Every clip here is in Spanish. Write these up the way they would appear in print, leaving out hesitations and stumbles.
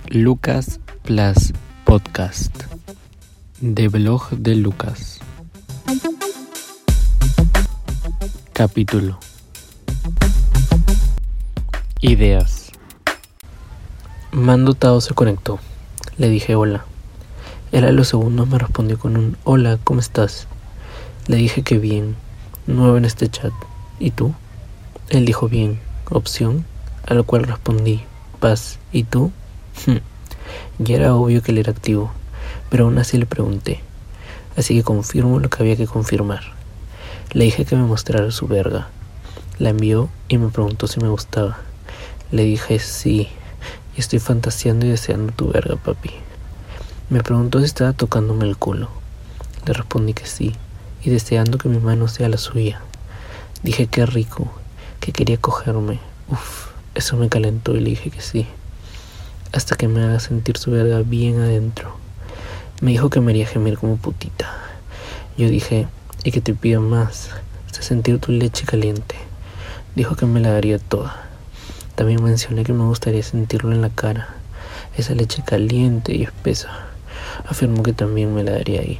Lucas Plus Podcast de Blog de Lucas. Capítulo: Ideas. Mando Tao se conectó. Le dije hola. Él a los segundos me respondió con un hola, ¿cómo estás? Le dije que bien, nuevo en este chat. ¿Y tú? Él dijo bien, opción, a lo cual respondí paz. ¿Y tú? Ya era obvio que él era activo, pero aún así le pregunté, así que confirmo lo que había que confirmar. Le dije que me mostrara su verga. La envió y me preguntó si me gustaba. Le dije sí, y estoy fantaseando y deseando tu verga, papi. Me preguntó si estaba tocándome el culo. Le respondí que sí, y deseando que mi mano sea la suya. Dije que rico, que quería cogerme. Eso me calentó y le dije que sí, hasta que me haga sentir su verga bien adentro. Me dijo que me haría gemir como putita. Yo dije, y que te pido más, hasta sentir tu leche caliente. Dijo que me la daría toda. También mencioné que me gustaría sentirlo en la cara, esa leche caliente y espesa. Afirmó que también me la daría ahí.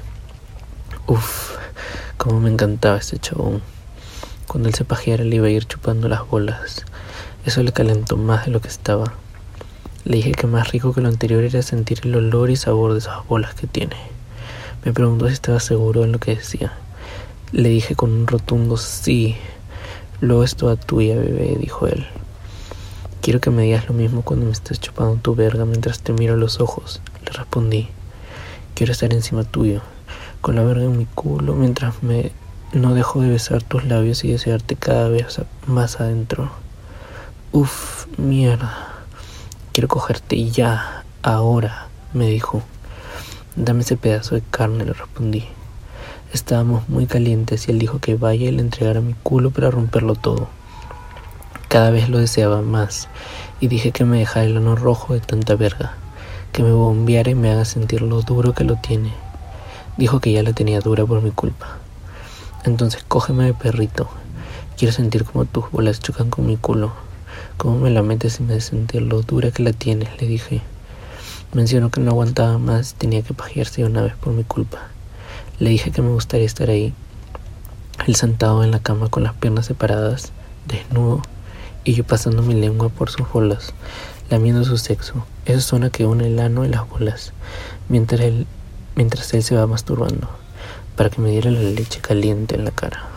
Cómo me encantaba este chabón. Cuando él se pajeara le iba a ir chupando las bolas. Eso le calentó más de lo que estaba. Le dije que más rico que lo anterior era sentir el olor y sabor de esas bolas que tiene. Me preguntó si estaba seguro en lo que decía. Le dije con un rotundo sí. Luego es toda tuya, bebé, dijo él. Quiero que me digas lo mismo cuando me estés chupando tu verga mientras te miro a los ojos, le respondí. Quiero estar encima tuyo, con la verga en mi culo, mientras no dejo de besar tus labios y desearte cada vez más adentro. Mierda. Quiero cogerte ya, ahora, me dijo. Dame ese pedazo de carne, le respondí. Estábamos muy calientes y él dijo que vaya y le entregara mi culo para romperlo todo. Cada vez lo deseaba más y dije que me dejara el ano rojo de tanta verga, que me bombeara y me haga sentir lo duro que lo tiene. Dijo que ya la tenía dura por mi culpa. Entonces cógeme de perrito. Quiero sentir como tus bolas chocan con mi culo. ¿Cómo me la metes y me hace sentir lo dura que la tienes?, le dije. Mencionó que no aguantaba más y tenía que pajearse de una vez por mi culpa. Le dije que me gustaría estar ahí, él sentado en la cama con las piernas separadas, desnudo, y yo pasando mi lengua por sus bolas, lamiendo su sexo, esa zona que une el ano y las bolas, mientras él se va masturbando, para que me diera la leche caliente en la cara.